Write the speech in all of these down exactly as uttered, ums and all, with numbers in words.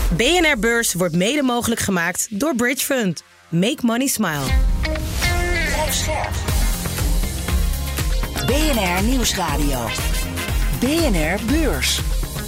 B N R Beurs wordt mede mogelijk gemaakt door Bridge Fund. Make money smile. B N R Nieuwsradio. B N R Beurs.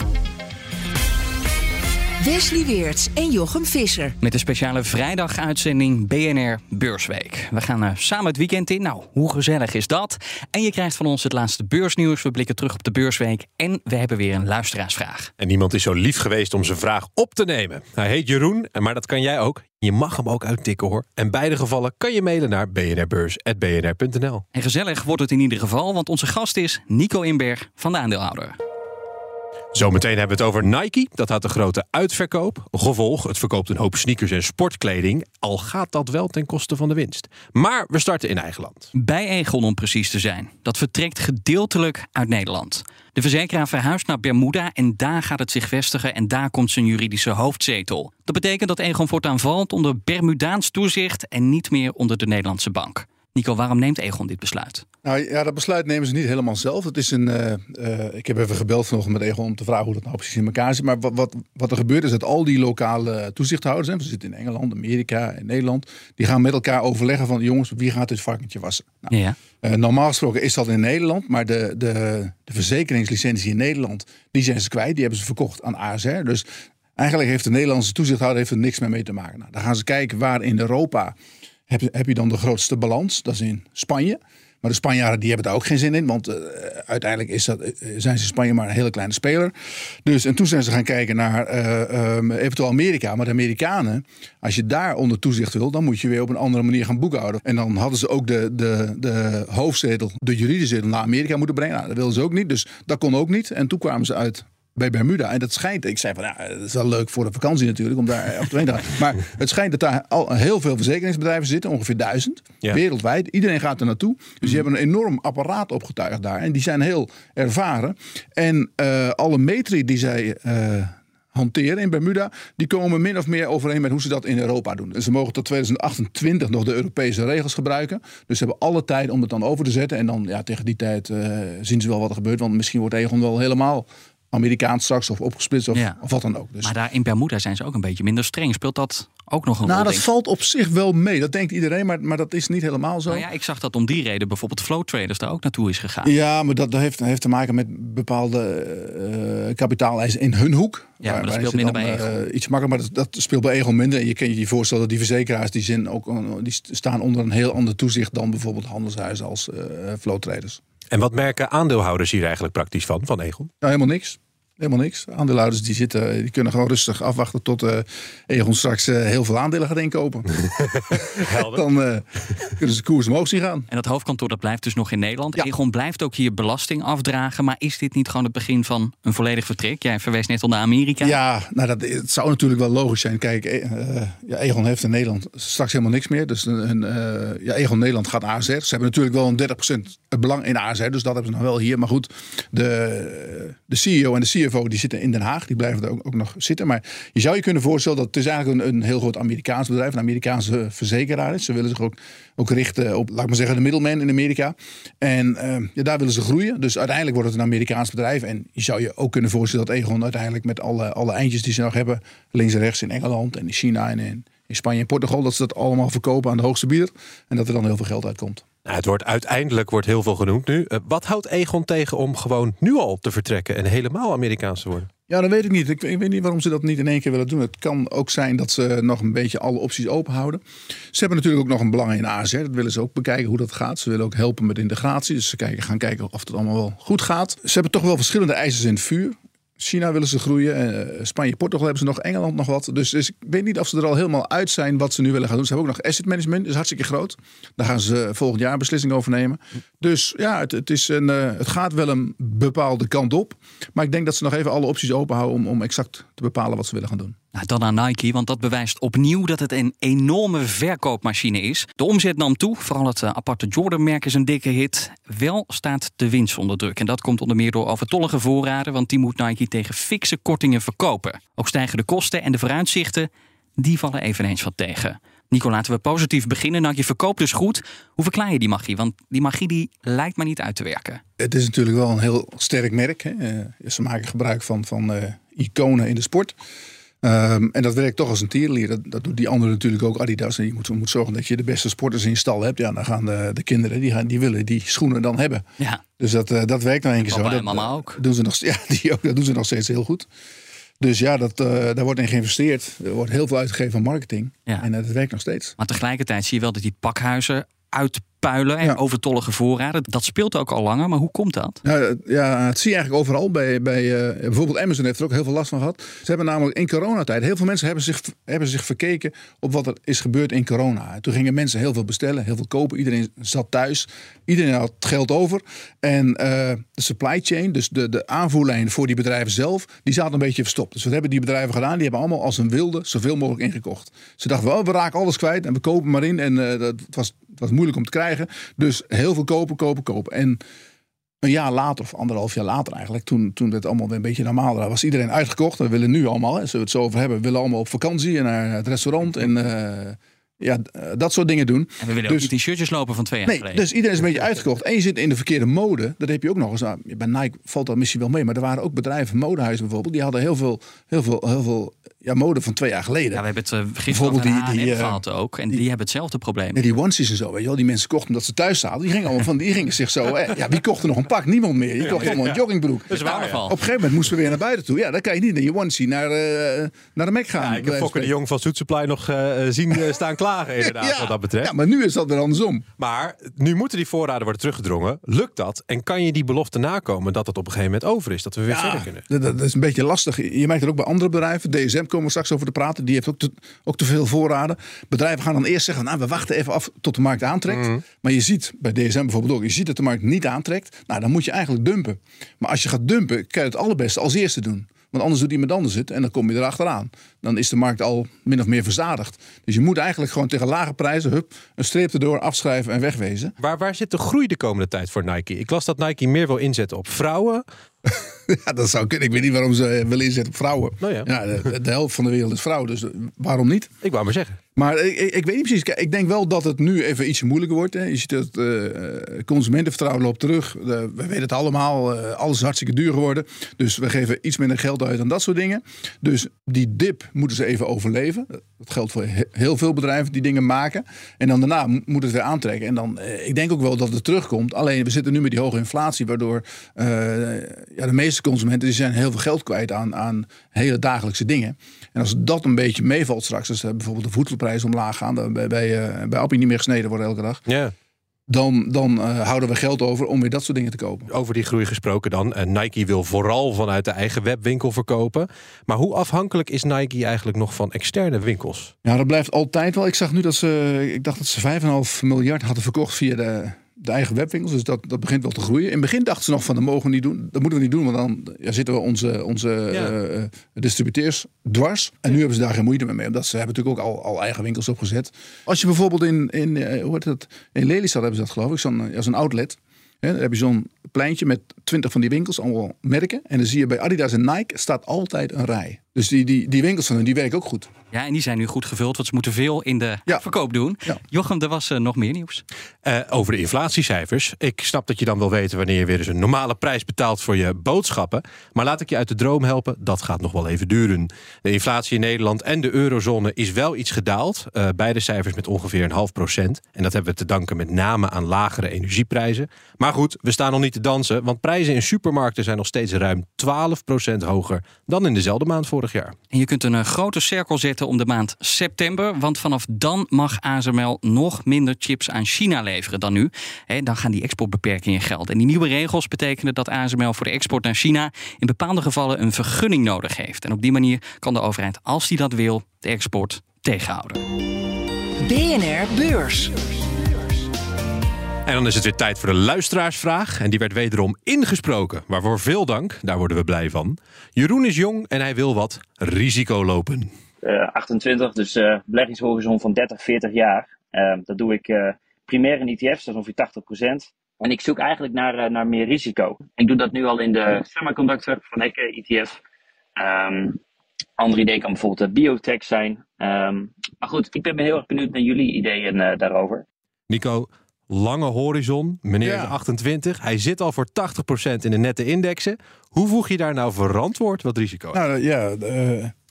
Wesley Weerts en Jochem Visser. Met een speciale vrijdag-uitzending B N R Beursweek. We gaan uh, samen het weekend in. Nou, hoe gezellig is dat? En je krijgt van ons het laatste beursnieuws. We blikken terug op de Beursweek. En we hebben weer een luisteraarsvraag. En niemand is zo lief geweest om zijn vraag op te nemen. Hij heet Jeroen, maar dat kan jij ook. Je mag hem ook uittikken, hoor. En in beide gevallen kan je mailen naar b n r beurs apenstaartje b n r punt n l. En gezellig wordt het in ieder geval, want onze gast is Nico Inberg van de Aandeelhouder. Zometeen hebben we het over Nike. Dat had een grote uitverkoop. Gevolg, het verkoopt een hoop sneakers en sportkleding. Al gaat dat wel ten koste van de winst. Maar we starten in eigen land. Bij Aegon om precies te zijn. Dat vertrekt gedeeltelijk uit Nederland. De verzekeraar verhuist naar Bermuda en daar gaat het zich vestigen en daar komt zijn juridische hoofdzetel. Dat betekent dat Aegon voortaan valt onder Bermudaans toezicht en niet meer onder de Nederlandse bank. Nico, waarom neemt Aegon dit besluit? Nou ja, dat besluit nemen ze niet helemaal zelf. Het is een, uh, uh, ik heb even gebeld vanochtend met Aegon om te vragen hoe dat nou precies in elkaar zit. Maar wat, wat, wat er gebeurt is dat al die lokale toezichthouders, hè, we zitten in Engeland, Amerika en Nederland, die gaan met elkaar overleggen van jongens, wie gaat dit varkentje wassen? Nou, ja. uh, normaal gesproken is dat in Nederland, maar de, de, de verzekeringslicentie in Nederland, die zijn ze kwijt. Die hebben ze verkocht aan A S R. Dus eigenlijk heeft de Nederlandse toezichthouder heeft er niks meer mee te maken. Nou, dan gaan ze kijken waar in Europa heb je, heb je dan de grootste balans. Dat is in Spanje. Maar de Spanjaarden die hebben daar ook geen zin in. Want uh, uiteindelijk is dat, uh, zijn ze in Spanje maar een hele kleine speler. Dus, en toen zijn ze gaan kijken naar uh, um, eventueel Amerika. Maar de Amerikanen, als je daar onder toezicht wil, dan moet je weer op een andere manier gaan boekhouden. En dan hadden ze ook de, de, de hoofdzetel, de juridische zetel naar Amerika moeten brengen. Nou, dat wilden ze ook niet. Dus dat kon ook niet. En toen kwamen ze uit bij Bermuda. En dat schijnt, ik zei van ja, dat is wel leuk voor de vakantie natuurlijk, om daar achterheen te gaan. Maar het schijnt dat daar al heel veel verzekeringsbedrijven zitten, ongeveer duizend, ja. Wereldwijd. Iedereen gaat er naartoe. Dus mm-hmm. die hebben een enorm apparaat opgetuigd daar. En die zijn heel ervaren. En uh, alle metri die zij uh, hanteren in Bermuda, die komen min of meer overeen met hoe ze dat in Europa doen. Dus ze mogen tot tweeduizend achtentwintig nog de Europese regels gebruiken. Dus ze hebben alle tijd om het dan over te zetten. En dan ja, tegen die tijd uh, zien ze wel wat er gebeurt. Want misschien wordt Aegon wel helemaal Amerikaans straks of opgesplitst of, ja. of wat dan ook. Dus. Maar daar in Bermuda zijn ze ook een beetje minder streng. Speelt dat ook nog een nou, rol? Dat valt op zich wel mee. Dat denkt iedereen, maar, maar dat is niet helemaal zo. Nou ja, ik zag dat om die reden bijvoorbeeld Flow Traders daar ook naartoe is gegaan. Ja, maar dat heeft, heeft te maken met bepaalde uh, kapitaaleisen in hun hoek. Ja, maar dat speelt minder dan, bij Aegon. Uh, iets makkelijker, maar dat, dat speelt bij Aegon minder. En je kan je je voorstellen dat die verzekeraars die, zijn ook, die staan onder een heel ander toezicht dan bijvoorbeeld handelshuizen als uh, Flow Traders. En wat merken aandeelhouders hier eigenlijk praktisch van, van Aegon? Nou, helemaal niks. Helemaal niks. Aandeelhouders die zitten, die kunnen gewoon rustig afwachten tot uh, Aegon straks uh, heel veel aandelen gaat inkopen. Dan uh, kunnen ze koers omhoog zien gaan. En dat hoofdkantoor dat blijft dus nog in Nederland. Ja. Aegon blijft ook hier belasting afdragen. Maar is dit niet gewoon het begin van een volledig vertrek? Jij verwees net al naar Amerika. Ja, nou dat, het zou natuurlijk wel logisch zijn. Kijk, uh, ja, Aegon heeft in Nederland straks helemaal niks meer. Dus een, uh, ja, Aegon Nederland gaat A S R. Ze hebben natuurlijk wel een dertig procent belang in A S R. Dus dat hebben ze nog wel hier. Maar goed, de, de C E O en de C F O die zitten in Den Haag. Die blijven er ook, ook nog zitten. Maar je zou je kunnen voorstellen dat het is eigenlijk een, een heel groot Amerikaans bedrijf. Een Amerikaanse verzekeraar is. Ze willen zich ook, ook richten op, laat ik maar zeggen, de middleman in Amerika. En uh, ja, daar willen ze groeien. Dus uiteindelijk wordt het een Amerikaans bedrijf. En je zou je ook kunnen voorstellen dat Aegon uiteindelijk met alle, alle eindjes die ze nog hebben, links en rechts in Engeland en in China en in, in Spanje en Portugal, dat ze dat allemaal verkopen aan de hoogste bieder. En dat er dan heel veel geld uitkomt. Nou, het wordt uiteindelijk wordt heel veel genoemd nu. Uh, wat houdt Aegon tegen om gewoon nu al te vertrekken en helemaal Amerikaans te worden? Ja, dat weet ik niet. Ik, ik weet niet waarom ze dat niet in één keer willen doen. Het kan ook zijn dat ze nog een beetje alle opties open houden. Ze hebben natuurlijk ook nog een belang in A S R. Dat willen ze ook bekijken hoe dat gaat. Ze willen ook helpen met integratie. Dus ze kijken, gaan kijken of het allemaal wel goed gaat. Ze hebben toch wel verschillende eisen in het vuur. China willen ze groeien. Uh, Spanje, Portugal hebben ze nog. Engeland nog wat. Dus, dus ik weet niet of ze er al helemaal uit zijn wat ze nu willen gaan doen. Ze hebben ook nog asset management. Dat is hartstikke groot. Daar gaan ze volgend jaar een beslissing over nemen. Dus ja, het, het, is een, uh, het gaat wel een bepaalde kant op. Maar ik denk dat ze nog even alle opties open houden om, om exact te bepalen wat ze willen gaan doen. Nou, dan aan Nike, want dat bewijst opnieuw dat het een enorme verkoopmachine is. De omzet nam toe, vooral het uh, aparte Jordan-merk is een dikke hit. Wel staat de winst onder druk. En dat komt onder meer door overtollige voorraden, want die moet Nike tegen fikse kortingen verkopen. Ook stijgen de kosten en de vooruitzichten, die vallen eveneens wat tegen. Nico, laten we positief beginnen. Nike verkoopt dus goed. Hoe verklaar je die magie? Want die magie die lijkt maar niet uit te werken. Het is natuurlijk wel een heel sterk merk. Hè? Uh, ze maken gebruik van, van uh, iconen in de sport. Um, en dat werkt toch als een tierenlier. Dat, dat doet die andere natuurlijk ook, Adidas. En je moet, moet zorgen dat je de beste sporters in je stal hebt. Ja, dan gaan de, de kinderen, die, gaan, die willen die schoenen dan hebben. Ja. Dus dat, uh, dat werkt nou één keer zo. Papa Dat, en mama ook. Doen ze nog, ja, die ook, dat doen ze nog steeds heel goed. Dus ja, dat, uh, daar wordt in geïnvesteerd. Er wordt heel veel uitgegeven aan marketing. Ja. En uh, dat werkt nog steeds. Maar tegelijkertijd zie je wel dat die pakhuizen uitpuilen en Ja. overtollige voorraden. Dat speelt ook al langer, maar hoe komt dat? Ja, ja, het zie je eigenlijk overal. Bij, bij, uh, bijvoorbeeld Amazon heeft er ook heel veel last van gehad. Ze hebben namelijk in coronatijd... heel veel mensen hebben zich, hebben zich verkeken op wat er is gebeurd in corona. Toen gingen mensen heel veel bestellen, heel veel kopen. Iedereen zat thuis. Iedereen had geld over. En uh, de supply chain, dus de, de aanvoerlijn voor die bedrijven zelf... die zaten een beetje verstopt. Dus wat hebben die bedrijven gedaan? Die hebben allemaal als een wilde zoveel mogelijk ingekocht. Ze dachten wel, we raken alles kwijt en we kopen maar in. En uh, dat was... Het was moeilijk om te krijgen. Dus heel veel kopen, kopen, kopen. En een jaar later, of anderhalf jaar later eigenlijk... toen, toen het allemaal weer een beetje normaal was... was iedereen uitgekocht. We willen nu allemaal, hè, zullen we het zo over hebben... we willen allemaal op vakantie en naar het restaurant... en uh, ja, dat soort dingen doen. En we willen dus, ook niet in shirtjes lopen van twee jaar nee, geleden. Dus iedereen is een beetje uitgekocht. En je zit in de verkeerde mode. Dat heb je ook nog eens. Nou, bij Nike valt dat misschien wel mee. Maar er waren ook bedrijven, modehuizen bijvoorbeeld... die hadden heel veel, heel veel, heel veel ja, mode van twee jaar geleden. Ja, we hebben het uh, gisteren over die, die, uh, gehad ook. En die, die hebben hetzelfde probleem. Ja, die onesies en zo, weet je wel. Die mensen kochten omdat ze thuis zaten. Die gingen allemaal van, die gingen zich zo... Hè, ja, wie kocht er nog een pak? Niemand meer. Je kocht allemaal een joggingbroek. Dat is waar. Op een gegeven moment moesten we weer naar buiten toe. Ja, dan kan je niet in je onesie naar, uh, naar de Mac gaan. Ja, ik heb Fokker de Jong van Zoet Supply nog uh, zien uh, staan klagen inderdaad, ja, wat dat betreft. Ja, maar nu is dat weer andersom. Maar nu moeten die voorraden worden teruggedrongen. Lukt dat? En kan je die belofte nakomen dat het op een gegeven moment over is? Dat we weer ja, verder kunnen? Dat, dat is een beetje lastig. Je merkt het ook bij andere bedrijven. D S M komen we straks over te praten. Die heeft ook te, ook te veel voorraden. Bedrijven gaan dan eerst zeggen, nou, we wachten even af tot de markt aantrekt. Mm. Maar je ziet bij D S M bijvoorbeeld ook, je ziet dat de markt niet aantrekt. Nou, dan moet je eigenlijk dumpen. Maar als je gaat dumpen, kan je het allerbeste als eerste doen. Want anders doet iemand anders het en dan kom je erachteraan. Dan is de markt al min of meer verzadigd. Dus je moet eigenlijk gewoon tegen lage prijzen... Hup, een streep erdoor, afschrijven en wegwezen. Waar, waar zit de groei de komende tijd voor Nike? Ik las dat Nike meer wil inzetten op vrouwen. Ja, dat zou kunnen. Ik weet niet waarom ze willen inzetten op vrouwen. Nou ja. Ja, de, de helft van de wereld is vrouw, dus waarom niet? Ik wou maar zeggen. Maar ik, ik, ik weet niet precies. Ik denk wel dat het nu even iets moeilijker wordt. Hè. Je ziet dat uh, consumentenvertrouwen loopt terug. Uh, we weten het allemaal. Uh, alles is hartstikke duur geworden. Dus we geven iets minder geld uit aan dat soort dingen. Dus die dip moeten ze even overleven. Dat geldt voor he- heel veel bedrijven die dingen maken. En dan daarna moet het weer aantrekken. En dan, uh, ik denk ook wel dat het terugkomt. Alleen we zitten nu met die hoge inflatie. Waardoor uh, ja, de meeste consumenten die zijn heel veel geld kwijt aan, aan hele dagelijkse dingen. En als dat een beetje meevalt straks. Dus uh, bijvoorbeeld de voedselprijzen omlaag gaan. Dan bij, bij, uh, bij Appie niet meer gesneden worden elke dag. Ja. Dan, dan uh, houden we geld over om weer dat soort dingen te kopen. Over die groei gesproken dan. Uh, Nike wil vooral vanuit de eigen webwinkel verkopen. Maar hoe afhankelijk is Nike eigenlijk nog van externe winkels? Ja, dat blijft altijd wel. Ik zag nu dat ze, ik dacht dat ze vijf komma vijf miljard hadden verkocht via de, de eigen webwinkels. Dus dat, dat begint wel te groeien. In het begin dachten ze nog van, dat mogen we niet doen. Dat moeten we niet doen, want dan ja, zitten we onze, onze ja. uh, distributeurs dwars. En nu hebben ze daar geen moeite meer mee. Omdat ze hebben natuurlijk ook al, al eigen winkels opgezet. Als je bijvoorbeeld in, in, uh, hoe heet het, in Lelystad hebben ze dat geloof ik, zo'n, ja, zo'n outlet. He, dan heb je zo'n pleintje met twintig van die winkels, allemaal merken. En dan zie je bij Adidas en Nike staat altijd een rij. Dus die, die, die winkels van hen, die werken ook goed. Ja, en die zijn nu goed gevuld, want ze moeten veel in de ja. verkoop doen. Ja. Jochem, er was uh, nog meer nieuws. Uh, over de inflatiecijfers. Ik snap dat je dan wil weten wanneer je weer eens een normale prijs betaalt voor je boodschappen. Maar laat ik je uit de droom helpen, dat gaat nog wel even duren. De inflatie in Nederland en de eurozone is wel iets gedaald. Uh, beide cijfers met ongeveer een half procent. En dat hebben we te danken met name aan lagere energieprijzen. Maar goed, we staan nog niet te dansen, want prijzen in supermarkten zijn nog steeds ruim twaalf procent hoger dan in dezelfde maand vorig jaar. En je kunt een uh, grote cirkel zetten om de maand september, want vanaf dan mag A S M L nog minder chips aan China leveren dan nu. He, dan gaan die exportbeperkingen gelden. En die nieuwe regels betekenen dat A S M L voor de export naar China in bepaalde gevallen een vergunning nodig heeft. En op die manier kan de overheid, als die dat wil, de export tegenhouden. B N R Beurs. En dan is het weer tijd voor de luisteraarsvraag. En die werd wederom ingesproken. Waarvoor veel dank, daar worden we blij van. Jeroen is jong en hij wil wat risico lopen. Uh, achtentwintig, dus uh, beleggingshorizon van dertig, veertig jaar. Uh, dat doe ik uh, primair in E T F's, dat is ongeveer tachtig procent. En ik zoek eigenlijk naar, uh, naar meer risico. Ik doe dat nu al in de semiconductor van Hekke E T F. Um, andere idee kan bijvoorbeeld uh, biotech zijn. Um, maar goed, ik ben heel erg benieuwd naar jullie ideeën uh, daarover. Nico, lange horizon, meneer Ja. is achtentwintig. Hij zit al voor tachtig procent in de nette indexen. Hoe voeg je daar nou verantwoord wat risico? Nou ja, uh,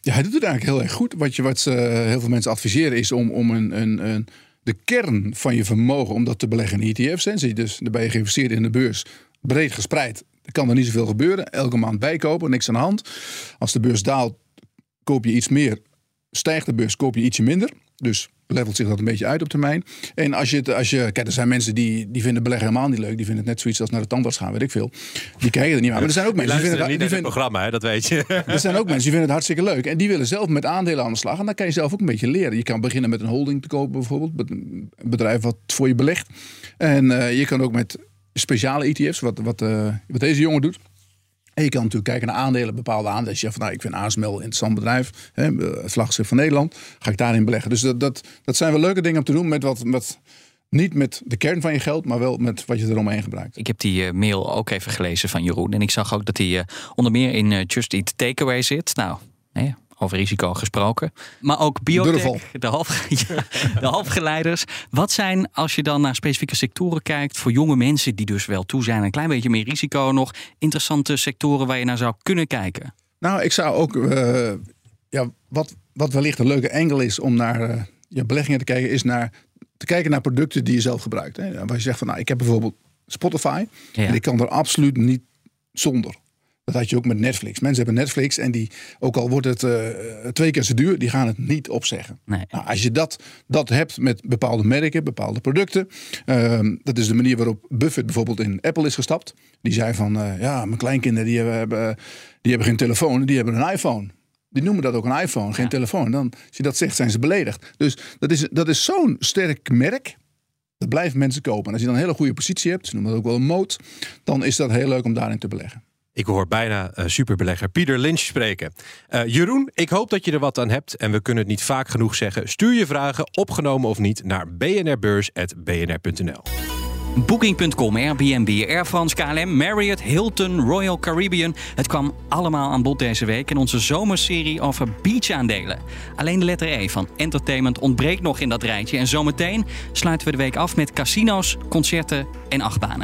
Ja, hij doet het eigenlijk heel erg goed. Wat, je, wat uh, heel veel mensen adviseren is om, om een, een, een, de kern van je vermogen... om dat te beleggen in E T F's. Hè. Dus dan ben je geïnvesteerd in de beurs, breed gespreid. Er kan er niet zoveel gebeuren. Elke maand bijkopen, niks aan de hand. Als de beurs daalt, koop je iets meer. Stijgt de beurs, koop je ietsje minder. Dus levelt zich dat een beetje uit op termijn. En als je, het, als je kijk, er zijn mensen die, die vinden beleggen helemaal niet leuk. Die vinden het net zoiets als naar de tandarts gaan, weet ik veel. Die kijken er niet aan. Maar er zijn ook mensen die vinden het, niet die vinden, het programma, hè, dat weet je. Er zijn ook mensen die vinden het hartstikke leuk. En die willen zelf met aandelen aan de slag. En dan kan je zelf ook een beetje leren. Je kan beginnen met een holding te kopen bijvoorbeeld. Een bedrijf wat voor je belegt. En uh, je kan ook met speciale E T F's, wat, wat, uh, wat deze jongen doet. En je kan natuurlijk kijken naar aandelen, bepaalde aandelen. Als je zegt van, nou, ik vind A S M L een interessant bedrijf. Hè, het vlaggenschip van Nederland. Ga ik daarin beleggen. Dus dat, dat, dat zijn wel leuke dingen om te doen. Met wat, met, niet met de kern van je geld, maar wel met wat je eromheen gebruikt. Ik heb die uh, mail ook even gelezen van Jeroen. En ik zag ook dat hij uh, onder meer in uh, Just Eat Takeaway zit. Nou, nee, over risico gesproken. Maar ook biotech, de, half, ja, de halfgeleiders. Wat zijn, als je dan naar specifieke sectoren kijkt... voor jonge mensen die dus wel toe zijn... een klein beetje meer risico nog... interessante sectoren waar je naar zou kunnen kijken? Nou, ik zou ook... Uh, ja, wat, wat wellicht een leuke angle is om naar uh, je beleggingen te kijken... is naar, te kijken naar producten die je zelf gebruikt. Hè. Waar je zegt van, nou, ik heb bijvoorbeeld Spotify... Ja. en ik kan er absoluut niet zonder... Dat had je ook met Netflix. Mensen hebben Netflix en die, ook al wordt het uh, twee keer zo duur, die gaan het niet opzeggen. Nee. Nou, als je dat, dat hebt met bepaalde merken, bepaalde producten. Uh, dat is de manier waarop Buffett bijvoorbeeld in Apple is gestapt. Die zei van, uh, ja, mijn kleinkinderen die hebben, die hebben geen telefoon, die hebben een iPhone. Die noemen dat ook een iPhone, geen ja. telefoon. Dan, als je dat zegt, zijn ze beledigd. Dus dat is, dat is zo'n sterk merk. Dat blijven mensen kopen. En als je dan een hele goede positie hebt, ze noemen dat ook wel een moot, dan is dat heel leuk om daarin te beleggen. Ik hoor bijna uh, superbelegger Pieter Lynch spreken. Uh, Jeroen, ik hoop dat je er wat aan hebt. En we kunnen het niet vaak genoeg zeggen. Stuur je vragen, opgenomen of niet, naar bnrbeurs apenstaartje b n r punt n l. Booking punt com, Airbnb, Air France, K L M, Marriott, Hilton, Royal Caribbean. Het kwam allemaal aan bod deze week in onze zomerserie over beachaandelen. Alleen de letter E van entertainment ontbreekt nog in dat rijtje. En zometeen sluiten we de week af met casino's, concerten en achtbanen.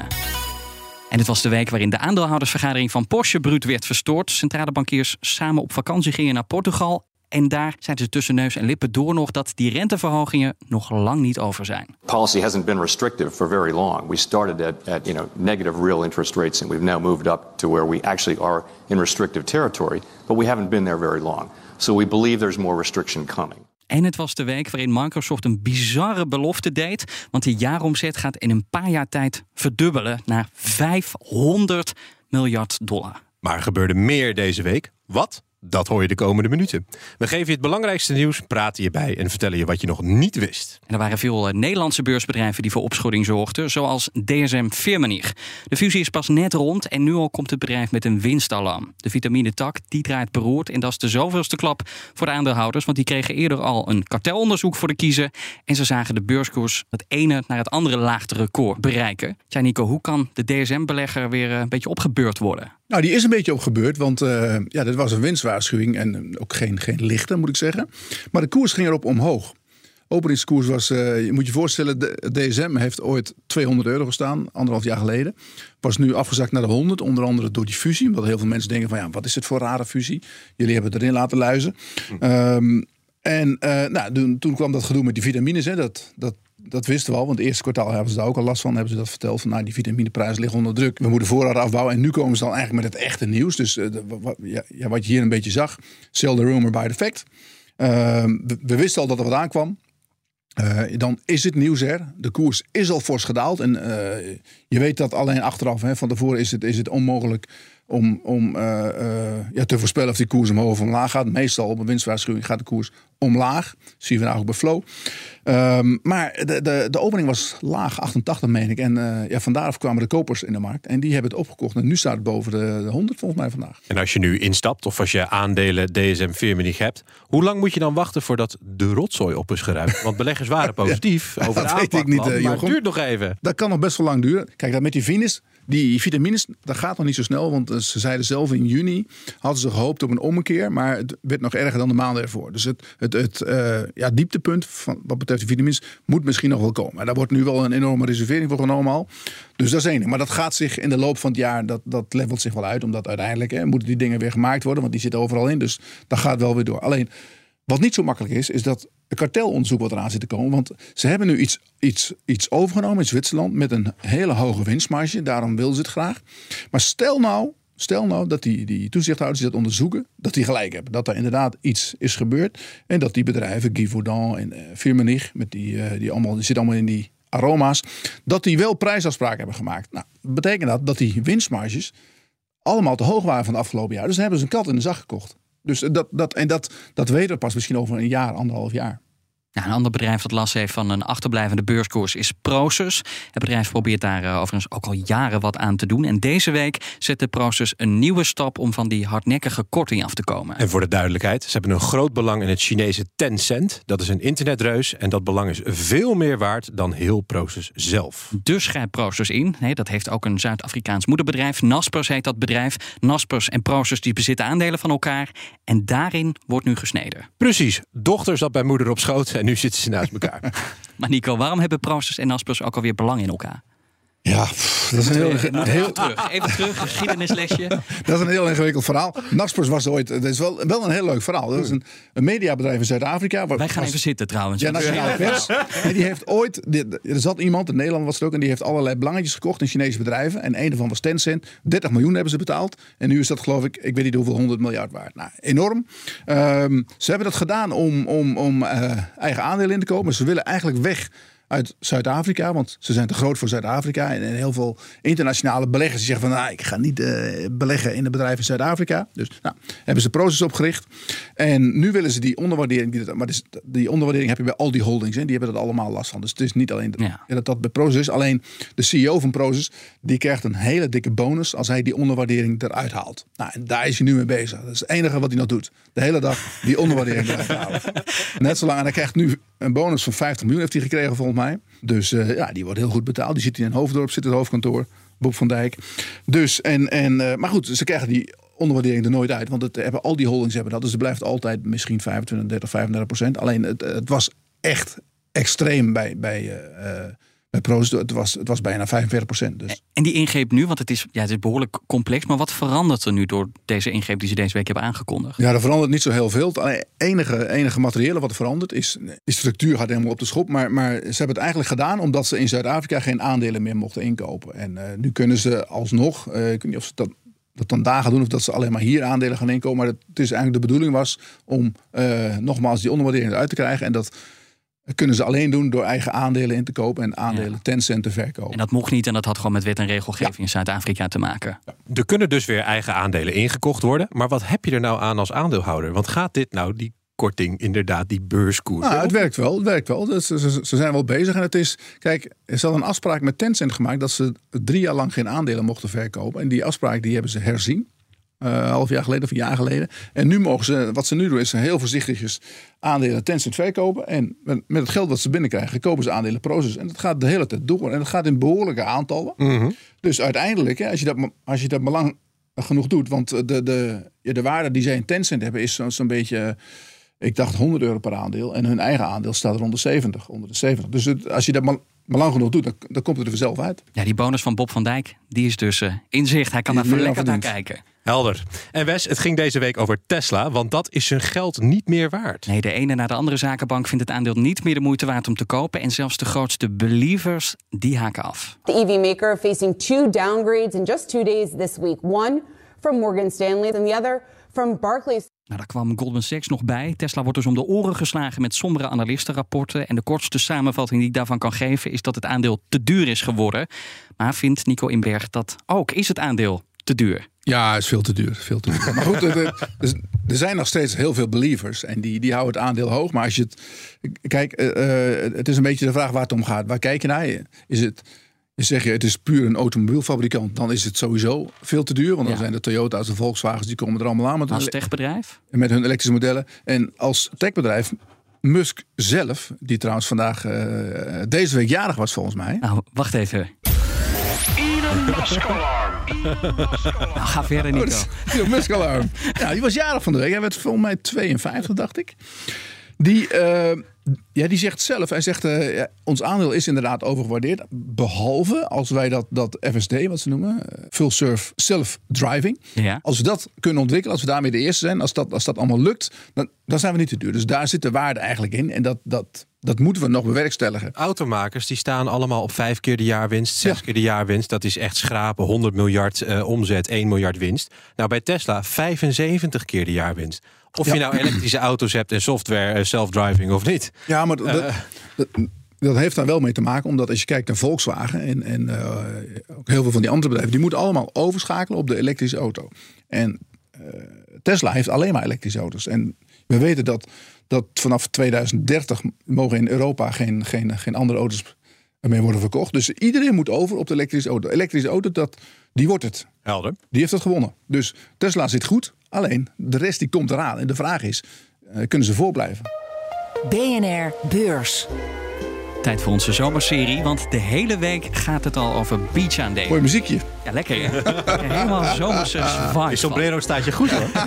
En het was de week waarin de aandeelhoudersvergadering van Porsche bruut werd verstoord. Centrale bankiers samen op vakantie gingen naar Portugal. En daar zeiden ze tussen neus en lippen door nog dat die renteverhogingen nog lang niet over zijn. Policy hasn't been restrictive for very long. We started at, at you know, negative real interest rates and we've now moved up to where we actually are in restrictive territory. But we haven't been there very long. So we believe there's more restriction coming. En het was de week waarin Microsoft een bizarre belofte deed. Want de jaaromzet gaat in een paar jaar tijd verdubbelen naar vijfhonderd miljard dollar. Maar er gebeurde meer deze week. Wat? Dat hoor je de komende minuten. We geven je het belangrijkste nieuws, praten je bij en vertellen je wat je nog niet wist. En er waren veel Nederlandse beursbedrijven die voor opschudding zorgden, zoals D S M-Firmenich. De fusie is pas net rond en nu al komt het bedrijf met een winstalarm. De vitamine-tak die draait beroerd en dat is de zoveelste klap voor de aandeelhouders, want die kregen eerder al een kartelonderzoek voor de kiezer en ze zagen de beurskoers het ene naar het andere laagste record bereiken. Tja, Nico, hoe kan de D S M-belegger weer een beetje opgebeurd worden? Nou, die is een beetje opgebeurd, want uh, ja, dit was een winstwaarschuwing en ook geen, geen lichte, moet ik zeggen. Maar de koers ging erop omhoog. Openingskoers was, uh, je moet je voorstellen, de D S M heeft ooit tweehonderd euro gestaan, anderhalf jaar geleden. Was nu afgezakt naar de honderd, onder andere door die fusie. Omdat heel veel mensen denken van, ja, wat is het voor rare fusie? Jullie hebben het erin laten luizen. Hm. Um, en uh, nou, toen, toen kwam dat gedoe met die vitamines, hè, dat... dat Dat wisten we al, want het eerste kwartaal hebben ze daar ook al last van. Hebben ze dat verteld, van nou, die vitamineprijs ligt onder druk. We moeten voorraad afbouwen. En nu komen ze dan eigenlijk met het echte nieuws. Dus uh, wat, ja, ja, wat je hier een beetje zag. Sell the rumor by the fact. Uh, we, we wisten al dat er wat aankwam. Uh, dan is het nieuws er. De koers is al fors gedaald. En uh, je weet dat alleen achteraf. Hè, van tevoren is het, is het onmogelijk om, om uh, uh, ja, te voorspellen of die koers omhoog of omlaag gaat. Meestal op een winstwaarschuwing gaat de koers omlaag. Dat zien we nou ook bij Flow. Um, maar de, de, de opening was laag, achtentachtig meen ik. En uh, ja, vandaar kwamen de kopers in de markt. En die hebben het opgekocht. En nu staat het boven de, de honderd volgens mij vandaag. En als je nu instapt of als je aandelen D S M-Firmenich hebt, hoe lang moet je dan wachten voordat de rotzooi op is geruimd? Want beleggers waren positief ja, over de aanpak. Dat weet ik niet, uh, maar het duurt nog even. Dat kan nog best wel lang duren. Kijk, dat met die Venus, die vitamines, dat gaat nog niet zo snel. Want ze zeiden zelf in juni hadden ze gehoopt op een ommekeer. Maar het werd nog erger dan de maanden ervoor. Dus het, het, het uh, ja, dieptepunt van wat betreft de vitamines moet misschien nog wel komen. En daar wordt nu wel een enorme reservering voor genomen al. Dus dat is één. Maar dat gaat zich in de loop van het jaar, dat, dat levelt zich wel uit. Omdat uiteindelijk hè, moeten die dingen weer gemaakt worden. Want die zitten overal in. Dus dat gaat wel weer door. Alleen, wat niet zo makkelijk is, is dat een kartelonderzoek wat eraan zit te komen. Want ze hebben nu iets, iets, iets overgenomen in Zwitserland met een hele hoge winstmarge. Daarom wilden ze het graag. Maar stel nou, stel nou dat die, die toezichthouders die dat onderzoeken, dat die gelijk hebben. Dat er inderdaad iets is gebeurd. En dat die bedrijven, Givaudan en uh, Firmenich, met die, uh, die, allemaal, die zitten allemaal in die aroma's, dat die wel prijsafspraken hebben gemaakt. Nou, betekent dat dat die winstmarges allemaal te hoog waren van het afgelopen jaar. Dus dan hebben ze een kat in de zak gekocht. Dus dat, dat, en dat, dat weten we pas misschien over een jaar, anderhalf jaar. Nou, een ander bedrijf dat last heeft van een achterblijvende beurskoers is Prosus. Het bedrijf probeert daar uh, overigens ook al jaren wat aan te doen. En deze week zette Prosus een nieuwe stap om van die hardnekkige korting af te komen. En voor de duidelijkheid, ze hebben een groot belang in het Chinese Tencent. Dat is een internetreus en dat belang is veel meer waard dan heel Prosus zelf. Dus grijpt Prosus in. Nee, dat heeft ook een Zuid-Afrikaans moederbedrijf. Naspers heet dat bedrijf. Naspers en Prosus die bezitten aandelen van elkaar. En daarin wordt nu gesneden. Precies. Dochter zat bij moeder op schoot en nu zitten ze naast elkaar. Maar Nico, waarom hebben Prosus en Naspers ook alweer belang in elkaar? Ja, pff, dat is een heel, heel, heel terug. Even terug, geschiedenislesje. Dat is een heel ingewikkeld verhaal. Naspers was ooit, dat is wel, wel een heel leuk verhaal. Dat is een, een mediabedrijf in Zuid-Afrika. Wij gaan was, even zitten trouwens. Ja, Nationale Pers. En die heeft ooit, die, er zat iemand, in Nederland was het ook, en die heeft allerlei belangetjes gekocht in Chinese bedrijven. En een daarvan was Tencent. dertig miljoen hebben ze betaald. En nu is dat geloof ik, ik weet niet hoeveel, honderd miljard waard. Nou, enorm. Um, ze hebben dat gedaan om, om, om uh, eigen aandelen in te kopen. Ze willen eigenlijk weg uit Zuid-Afrika, want ze zijn te groot voor Zuid-Afrika. En heel veel internationale beleggers die zeggen van, nou, ik ga niet uh, beleggen in een bedrijf in Zuid-Afrika. Dus nou, hebben ze Prosus opgericht. En nu willen ze die onderwaardering, maar dus, die onderwaardering heb je bij al die holdings, hè, die hebben dat allemaal last van. Dus het is niet alleen dat ja. dat, dat bij Prosus is. Alleen de C E O van Prosus, die krijgt een hele dikke bonus als hij die onderwaardering eruit haalt. Nou, en daar is hij nu mee bezig. Dat is het enige wat hij nog doet. De hele dag die onderwaardering eruit halen. Net zolang, en hij krijgt nu een bonus van vijftig miljoen heeft hij gekregen volgens mij. Dus uh, ja, die wordt heel goed betaald. Die zit in Hoofddorp, zit het hoofdkantoor. Bob van Dijk. Dus, en, en, uh, maar goed, ze krijgen die onderwaardering er nooit uit. Want het hebben, al die holdings hebben dat. Dus er blijft altijd misschien vijfentwintig, dertig, vijfendertig procent. Alleen het, het was echt extreem bij, bij, uh, bij Prosus. Het was, het was bijna vijfenveertig procent. Dus. En die ingreep nu, want het is, ja, het is behoorlijk complex. Maar wat verandert er nu door deze ingreep die ze deze week hebben aangekondigd? Ja, er verandert niet zo heel veel. Het enige, enige materiële wat er verandert is, de structuur gaat helemaal op de schop. Maar, maar ze hebben het eigenlijk gedaan omdat ze in Zuid-Afrika geen aandelen meer mochten inkopen. En uh, nu kunnen ze alsnog, uh, ik weet niet of ze dat, dat dan daar gaan doen of dat ze alleen maar hier aandelen gaan inkomen. Maar het is eigenlijk de bedoeling was om uh, nogmaals die onderwaardering eruit te krijgen. En dat kunnen ze alleen doen door eigen aandelen in te kopen en aandelen ja. Tencent te verkopen. En dat mocht niet en dat had gewoon met wet en regelgeving ja. in Zuid-Afrika te maken. Ja. Er kunnen dus weer eigen aandelen ingekocht worden. Maar wat heb je er nou aan als aandeelhouder? Want gaat dit nou die korting, inderdaad, die beurskoers? Nou, het werkt wel, het werkt wel. Dus ze, ze, ze zijn wel bezig. En het is, kijk, er zat een afspraak met Tencent gemaakt dat ze drie jaar lang geen aandelen mochten verkopen. En die afspraak die hebben ze herzien. Uh, een half jaar geleden of een jaar geleden. En nu mogen ze, wat ze nu doen, is ze heel voorzichtigjes aandelen Tencent verkopen. En met, met het geld wat ze binnenkrijgen, kopen ze aandelen Prosus. En dat gaat de hele tijd door. En dat gaat in behoorlijke aantallen. Mm-hmm. Dus uiteindelijk, hè, als je dat, als je dat belang genoeg doet. Want de, de, de waarde die zij in Tencent hebben is zo, zo'n beetje, ik dacht honderd euro per aandeel. En hun eigen aandeel staat rond de zeventig. Onder de zeventig. Dus het, als je dat maar Maar lang genoeg doet, dan, dan komt het er vanzelf uit. Ja, die bonus van Bob van Dijk, die is dus uh, in zicht. Hij kan daar lekker naar kijken. Helder. En Wes, het ging deze week over Tesla, want dat is zijn geld niet meer waard. Nee, de ene na de andere zakenbank vindt het aandeel niet meer de moeite waard om te kopen. En zelfs de grootste believers, die haken af. The E V maker facing two downgrades in just two days this week. One from Morgan Stanley and the other from Barclays. Nou, daar kwam Goldman Sachs nog bij. Tesla wordt dus om de oren geslagen met sombere analistenrapporten. En de kortste samenvatting die ik daarvan kan geven is dat het aandeel te duur is geworden. Maar vindt Nico Inberg dat ook? Is het aandeel te duur? Ja, het is veel te duur. Veel te duur. Maar goed, er, er zijn nog steeds heel veel believers. En die, die houden het aandeel hoog. Maar als je het... Kijk, uh, het is een beetje de vraag waar het om gaat. Waar kijk je naar? Is het... Zeg je, het is puur een automobielfabrikant, dan is het sowieso veel te duur. Want dan ja. zijn de Toyota's, de Volkswagens, die komen er allemaal aan. Met als techbedrijf? Met hun elektrische modellen. En als techbedrijf, Musk zelf, die trouwens vandaag, uh, deze week jarig was volgens mij. Nou, wacht even. Elon Musk-alarm. Nou, ga verder, Nico. Oh, Elon Musk-alarm. Ja, die was jarig van de week. Hij werd volgens mij tweeënvijftig, dacht ik. Die, uh, ja, die zegt zelf, hij zegt, uh, ja, ons aandeel is inderdaad overgewaardeerd. Behalve als wij dat, dat F S D, wat ze noemen, uh, Full Serve Self-Driving. Ja. Als we dat kunnen ontwikkelen, als we daarmee de eerste zijn, als dat, als dat allemaal lukt, dan, dan zijn we niet te duur. Dus daar zit de waarde eigenlijk in. En dat, dat, dat moeten we nog bewerkstelligen. Automakers die staan allemaal op vijf keer de jaarwinst, zes Ja. keer de jaarwinst. Dat is echt schrapen, honderd miljard uh, omzet, één miljard winst. Nou, bij Tesla vijfenzeventig keer de jaarwinst. Of Ja. je nou elektrische auto's hebt en software, uh, self-driving of niet. Ja, maar dat, Uh, dat, dat heeft daar wel mee te maken. Omdat als je kijkt naar Volkswagen en, en uh, ook heel veel van die andere bedrijven, die moeten allemaal overschakelen op de elektrische auto. En uh, Tesla heeft alleen maar elektrische auto's. En we weten dat, dat vanaf tweeduizend dertig mogen in Europa geen, geen, geen andere auto's meer worden verkocht. Dus iedereen moet over op de elektrische auto. De elektrische auto, dat, die wordt het. Helder. Die heeft het gewonnen. Dus Tesla zit goed. Alleen, de rest die komt eraan. En de vraag is, uh, kunnen ze voorblijven? B N R Beurs. Tijd voor onze zomerserie, want de hele week gaat het al over beachaandelen. Mooi muziekje. Ja, lekker hè? Helemaal zomerse vibes. Die sombrero staat je goed hoor.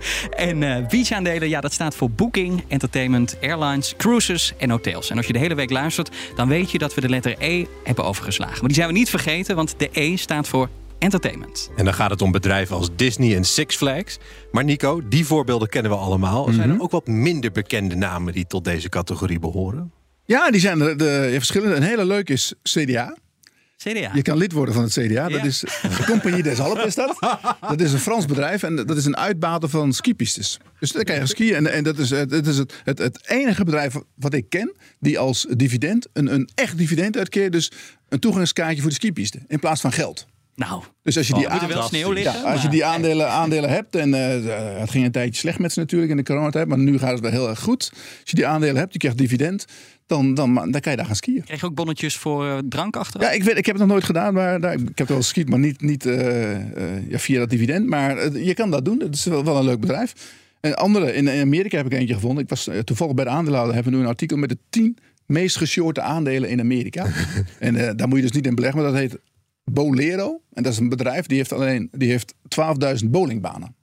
En uh, beachaandelen, ja, dat staat voor booking, entertainment, airlines, cruises en hotels. En als je de hele week luistert, dan weet je dat we de letter E hebben overgeslagen. Maar die zijn we niet vergeten, want de E staat voor entertainment. En dan gaat het om bedrijven als Disney en Six Flags. Maar Nico, die voorbeelden kennen we allemaal. Er zijn er ook wat minder bekende namen die tot deze categorie behoren. Ja, die zijn er de, de verschillende. Een hele leuke is C D A. C D A. Je kan lid worden van het C D A. Ja. Dat is de Compagnie des Alpes is dat. Dat is een Frans bedrijf en dat is een uitbater van skipistes. Dus dan kan je gaan skiën. En, en dat is, het, het, is het, het, het enige bedrijf wat ik ken die als dividend, een, een echt dividend uitkeert. Dus een toegangskaartje voor de skipiste in plaats van geld. Nou, Dus als je die, moet er wel aandelen- sneeuw liggen. ja, als je maar- die aandelen, aandelen hebt, en uh, het ging een tijdje slecht met ze natuurlijk in de coronatijd, maar nu gaat het wel heel erg goed. Als je die aandelen hebt, je krijgt dividend, dan, dan, dan kan je daar gaan skiën. Krijg je ook bonnetjes voor uh, drank achteraf? Ja, ik, weet, ik heb het nog nooit gedaan, maar daar, ik heb wel geskiet, maar niet, niet uh, uh, ja, via dat dividend. Maar uh, je kan dat doen, dat is wel, wel een leuk bedrijf. En andere, in Amerika heb ik eentje gevonden. Ik was uh, toevallig bij de aandeelhouder, hebben we nu een artikel met de tien meest geshorte aandelen in Amerika. En uh, daar moet je dus niet in beleggen, maar dat heet Bolero. En dat is een bedrijf die heeft alleen die heeft twaalfduizend bowlingbanen.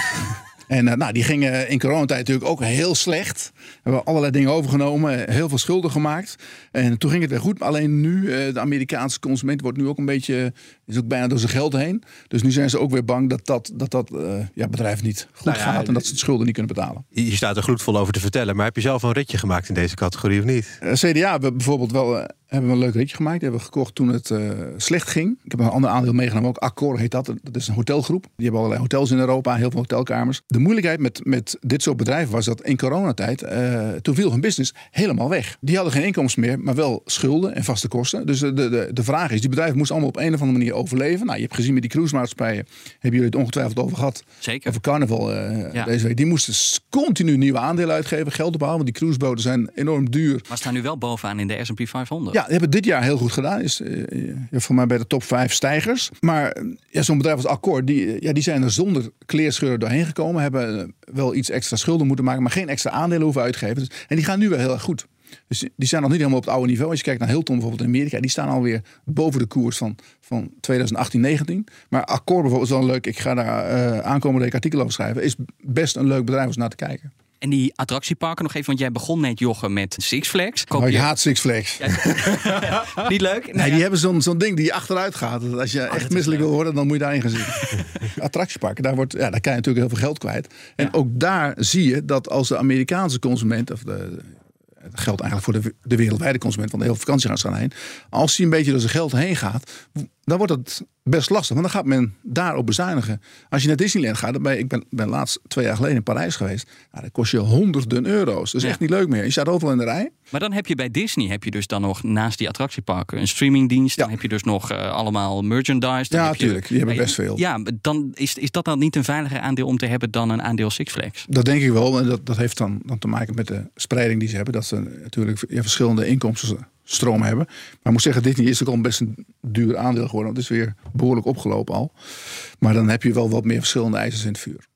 En uh, nou, die gingen in coronatijd natuurlijk ook heel slecht. We hebben allerlei dingen overgenomen, heel veel schulden gemaakt. En toen ging het weer goed. Maar alleen nu, uh, de Amerikaanse consument wordt nu ook een beetje, is ook bijna door zijn geld heen. Dus nu zijn ze ook weer bang dat dat, dat, dat uh, ja, bedrijf niet goed Nou ja, gaat. En dat ze de schulden niet kunnen betalen. Je staat er gloedvol over te vertellen. Maar heb je zelf een ritje gemaakt in deze categorie of niet? Uh, C D A hebben bijvoorbeeld wel, uh, hebben we een leuk ritje gemaakt. Die hebben we gekocht toen het uh, slecht ging. Ik heb een ander aandeel meegenomen, ook Accor heet dat. Dat is een hotelgroep. Die hebben allerlei hotels in Europa, heel veel hotelkamers. De moeilijkheid met, met dit soort bedrijven was dat in coronatijd, uh, toen viel hun business helemaal weg. Die hadden geen inkomsten meer, maar wel schulden en vaste kosten. Dus de, de, de vraag is, die bedrijven moesten allemaal op een of andere manier overleven. Nou, je hebt gezien met die cruisemaatschappijen, hebben jullie het ongetwijfeld over gehad. Zeker. Over carnaval uh, Ja. deze week. Die moesten continu nieuwe aandelen uitgeven, geld ophalen, want die cruiseboten zijn enorm duur. Maar staan nu wel bovenaan in de S en P vijfhonderd. Ja, die hebben dit jaar heel goed gedaan. Is uh, voor mij bij de top vijf stijgers. Maar uh, ja, zo'n bedrijf als Accor, die, uh, ja, die zijn er zonder kleerscheuren doorheen gekomen. Hebben uh, wel iets extra schulden moeten maken, maar geen extra aandelen hoeven uitgeven. Dus, en die gaan nu wel heel erg goed. Dus die zijn nog niet helemaal op het oude niveau. Als je kijkt naar Hilton bijvoorbeeld in Amerika, die staan alweer boven de koers van, van twintig achttien negentien. Maar Accor bijvoorbeeld is wel leuk. Ik ga daar uh, aankomende week artikel over schrijven. Is best een leuk bedrijf om naar te kijken. En die attractieparken nog even, want jij begon net, Jochem, met Six Flags. Koop Maar ik je... haat Six Flags. Ja. Niet leuk? Nee, Nou die ja. hebben zo'n zo'n ding die achteruit gaat. Dat Als je dat echt is misselijk leuk. wil worden, dan moet je daarin gaan zitten. Attractieparken, daar, wordt, ja, daar kan je natuurlijk heel veel geld kwijt. En Ja. ook daar zie je dat als de Amerikaanse consument, of de, het geldt eigenlijk voor de, de wereldwijde consument, want de hele vakantie gaan staan heen. Als hij een beetje door zijn geld heen gaat, dan wordt het best lastig. Want dan gaat men daarop bezuinigen. Als je naar Disneyland gaat, dan ben je, ik ben, ben laatst twee jaar geleden in Parijs geweest. Nou, dat kost je honderden euro's. Dat is Ja. echt niet leuk meer. Je staat overal in de rij. Maar dan heb je bij Disney heb je dus dan nog naast die attractieparken een streamingdienst. Dan Ja. heb je dus nog uh, allemaal merchandise. Dan Ja, heb je- tuurlijk. Die hebben maar- best veel. Ja, dan is, is dat dan niet een veiliger aandeel om te hebben dan een aandeel Six Flags? Dat denk ik wel. En dat, dat heeft dan, dan te maken met de spreiding die ze hebben. Dat ze natuurlijk ja, verschillende inkomstenstromen hebben. Maar ik moet zeggen, Disney is ook al best een duur aandeel geworden. Het is weer behoorlijk opgelopen al. Maar dan heb je wel wat meer verschillende ijzers in het vuur.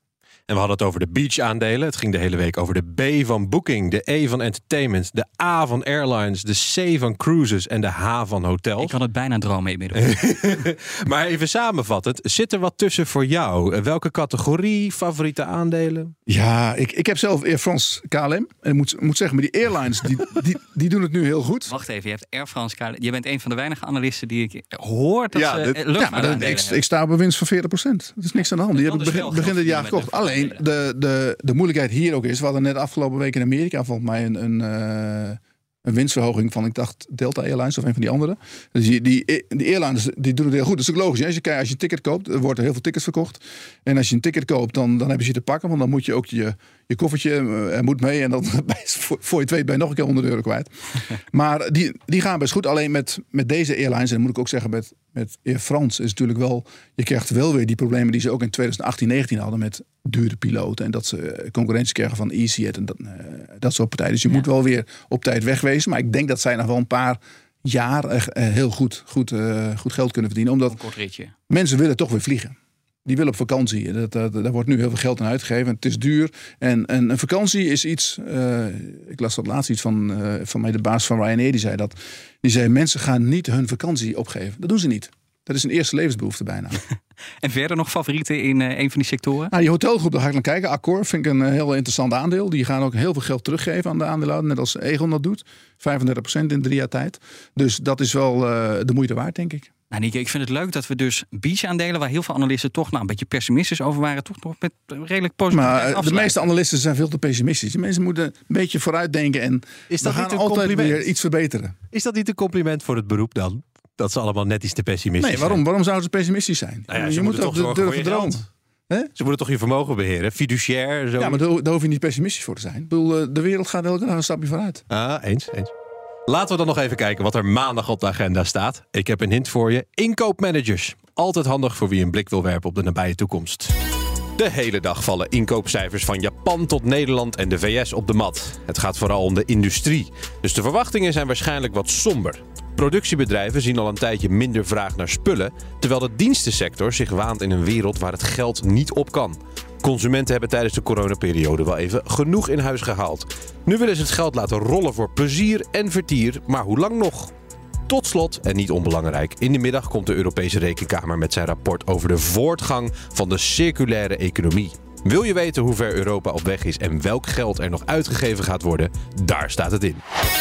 En we hadden het over de beach-aandelen. Het ging de hele week over de B van Booking, de E van Entertainment, de A van Airlines, de C van Cruises en de H van Hotels. Ik kan het bijna dromen inmiddels. Maar even samenvattend, zit er wat tussen voor jou? Welke categorie, favoriete aandelen? Ja, ik, ik heb zelf Air France K L M. En ik moet, moet zeggen, maar die airlines, die, die, die doen het nu heel goed. Wacht even, je hebt Air France K L M. Je bent een van de weinige analisten die ik hoor dat Ja, ze dit- eh, Ja, maar luchtvaartaandelen dan, ik, hebben. ik sta op een winst van veertig procent. Dat is niks aan de hand. Die Dat heb ik is begin, wel begin dit geld jaar verdienen gekocht. met Alleen de, de, de moeilijkheid hier ook is, we hadden net afgelopen week in Amerika volgens mij een, een, uh, een winstverhoging van, ik dacht, Delta Airlines of een van die andere. Dus die, die, die airlines die doen het heel goed. Dat is ook logisch. Hè? Als je kijkt, als je een ticket koopt, er worden heel veel tickets verkocht. En als je een ticket koopt, dan, dan heb je ze te pakken. Want dan moet je ook je, je koffertje uh, er moet mee. En dan voor, voor je het weet ben je nog een keer honderd euro kwijt. Maar die, die gaan best goed. Alleen met, met deze airlines, en dat moet ik ook zeggen met, met Air France, is natuurlijk wel, je krijgt wel weer die problemen die ze ook in twintig achttien negentien hadden met dure piloten. En dat ze concurrentie krijgen van EasyJet en dat, uh, dat soort partijen. Dus je Ja. moet wel weer op tijd wegwezen. Maar ik denk dat zij nog wel een paar jaar echt, uh, heel goed, goed, uh, goed geld kunnen verdienen. Omdat Een kort ritje. mensen willen toch weer vliegen. Die willen op vakantie. Dat, dat, daar wordt nu heel veel geld aan uitgegeven. Het is duur. En, en een vakantie is iets... Uh, ik las dat laatst iets van, uh, van mij, de baas van Ryanair. Die zei dat. Die zei, mensen gaan niet hun vakantie opgeven. Dat doen ze niet. Dat is een eerste levensbehoefte bijna. En verder nog favorieten in uh, een van die sectoren? Nou, die hotelgroep, daar ga ik naar kijken. Accor vind ik een uh, heel interessant aandeel. Die gaan ook heel veel geld teruggeven aan de aandeelhouder. Net als Aegon dat doet. vijfendertig procent in drie jaar tijd. Dus dat is wel uh, de moeite waard, denk ik. Nou, Nieke, ik vind het leuk dat we dus beach-aandelen, waar heel veel analisten toch nou, een beetje pessimistisch over waren, toch nog met redelijk positief Maar uh, de afsluiten. meeste analisten zijn veel te pessimistisch. Die mensen moeten een beetje vooruitdenken. En Is dat we gaan niet een altijd compliment? weer iets verbeteren. Is dat niet een compliment voor het beroep dan? Dat ze allemaal net iets te pessimistisch Nee, waarom, waarom zouden ze pessimistisch zijn? zijn? Nou ja, je ze moet moeten toch toch zorgen durven voor je dromen. geld. Hè? Ze moeten toch je vermogen beheren? Fiduciair? Zo. Ja, maar daar, daar hoef je niet pessimistisch voor te zijn. Ik bedoel, uh, de wereld gaat elke dag een stapje vooruit. Ah, eens, eens. Laten we dan nog even kijken wat er maandag op de agenda staat. Ik heb een hint voor je. Inkoopmanagers. Altijd handig voor wie een blik wil werpen op de nabije toekomst. De hele dag vallen inkoopcijfers van Japan tot Nederland en de V S op de mat. Het gaat vooral om de industrie. Dus de verwachtingen zijn waarschijnlijk wat somber. Productiebedrijven zien al een tijdje minder vraag naar spullen, terwijl de dienstensector zich waant in een wereld waar het geld niet op kan. Consumenten hebben tijdens de coronaperiode wel even genoeg in huis gehaald. Nu willen ze het geld laten rollen voor plezier en vertier, maar hoe lang nog? Tot slot, en niet onbelangrijk, in de middag komt de Europese Rekenkamer met zijn rapport over de voortgang van de circulaire economie. Wil je weten hoe ver Europa op weg is en welk geld er nog uitgegeven gaat worden? Daar staat het in.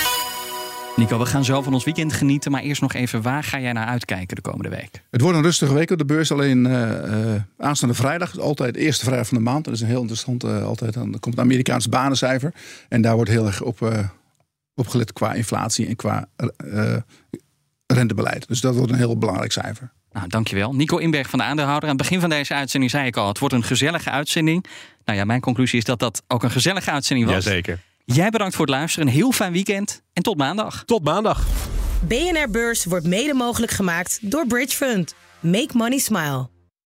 Nico, we gaan zo van ons weekend genieten, maar eerst nog even, waar ga jij naar uitkijken de komende week? Het wordt een rustige week op de beurs. Alleen uh, uh, aanstaande vrijdag is altijd de eerste vrijdag van de maand. Dat is een heel interessant. Uh, altijd, dan komt het Amerikaans banencijfer. En daar wordt heel erg op, uh, op gelet qua inflatie en qua uh, rentebeleid. Dus dat wordt een heel belangrijk cijfer. Nou, dankjewel. Nico Inberg van de Aandeelhouder. Aan het begin van deze uitzending zei ik al, het wordt een gezellige uitzending. Nou ja, mijn conclusie is dat dat ook een gezellige uitzending was. Jazeker. Jij bedankt voor het luisteren. Een heel fijn weekend en tot maandag. Tot maandag. B N R Beurs wordt mede mogelijk gemaakt door Bridge Fund. Make money smile.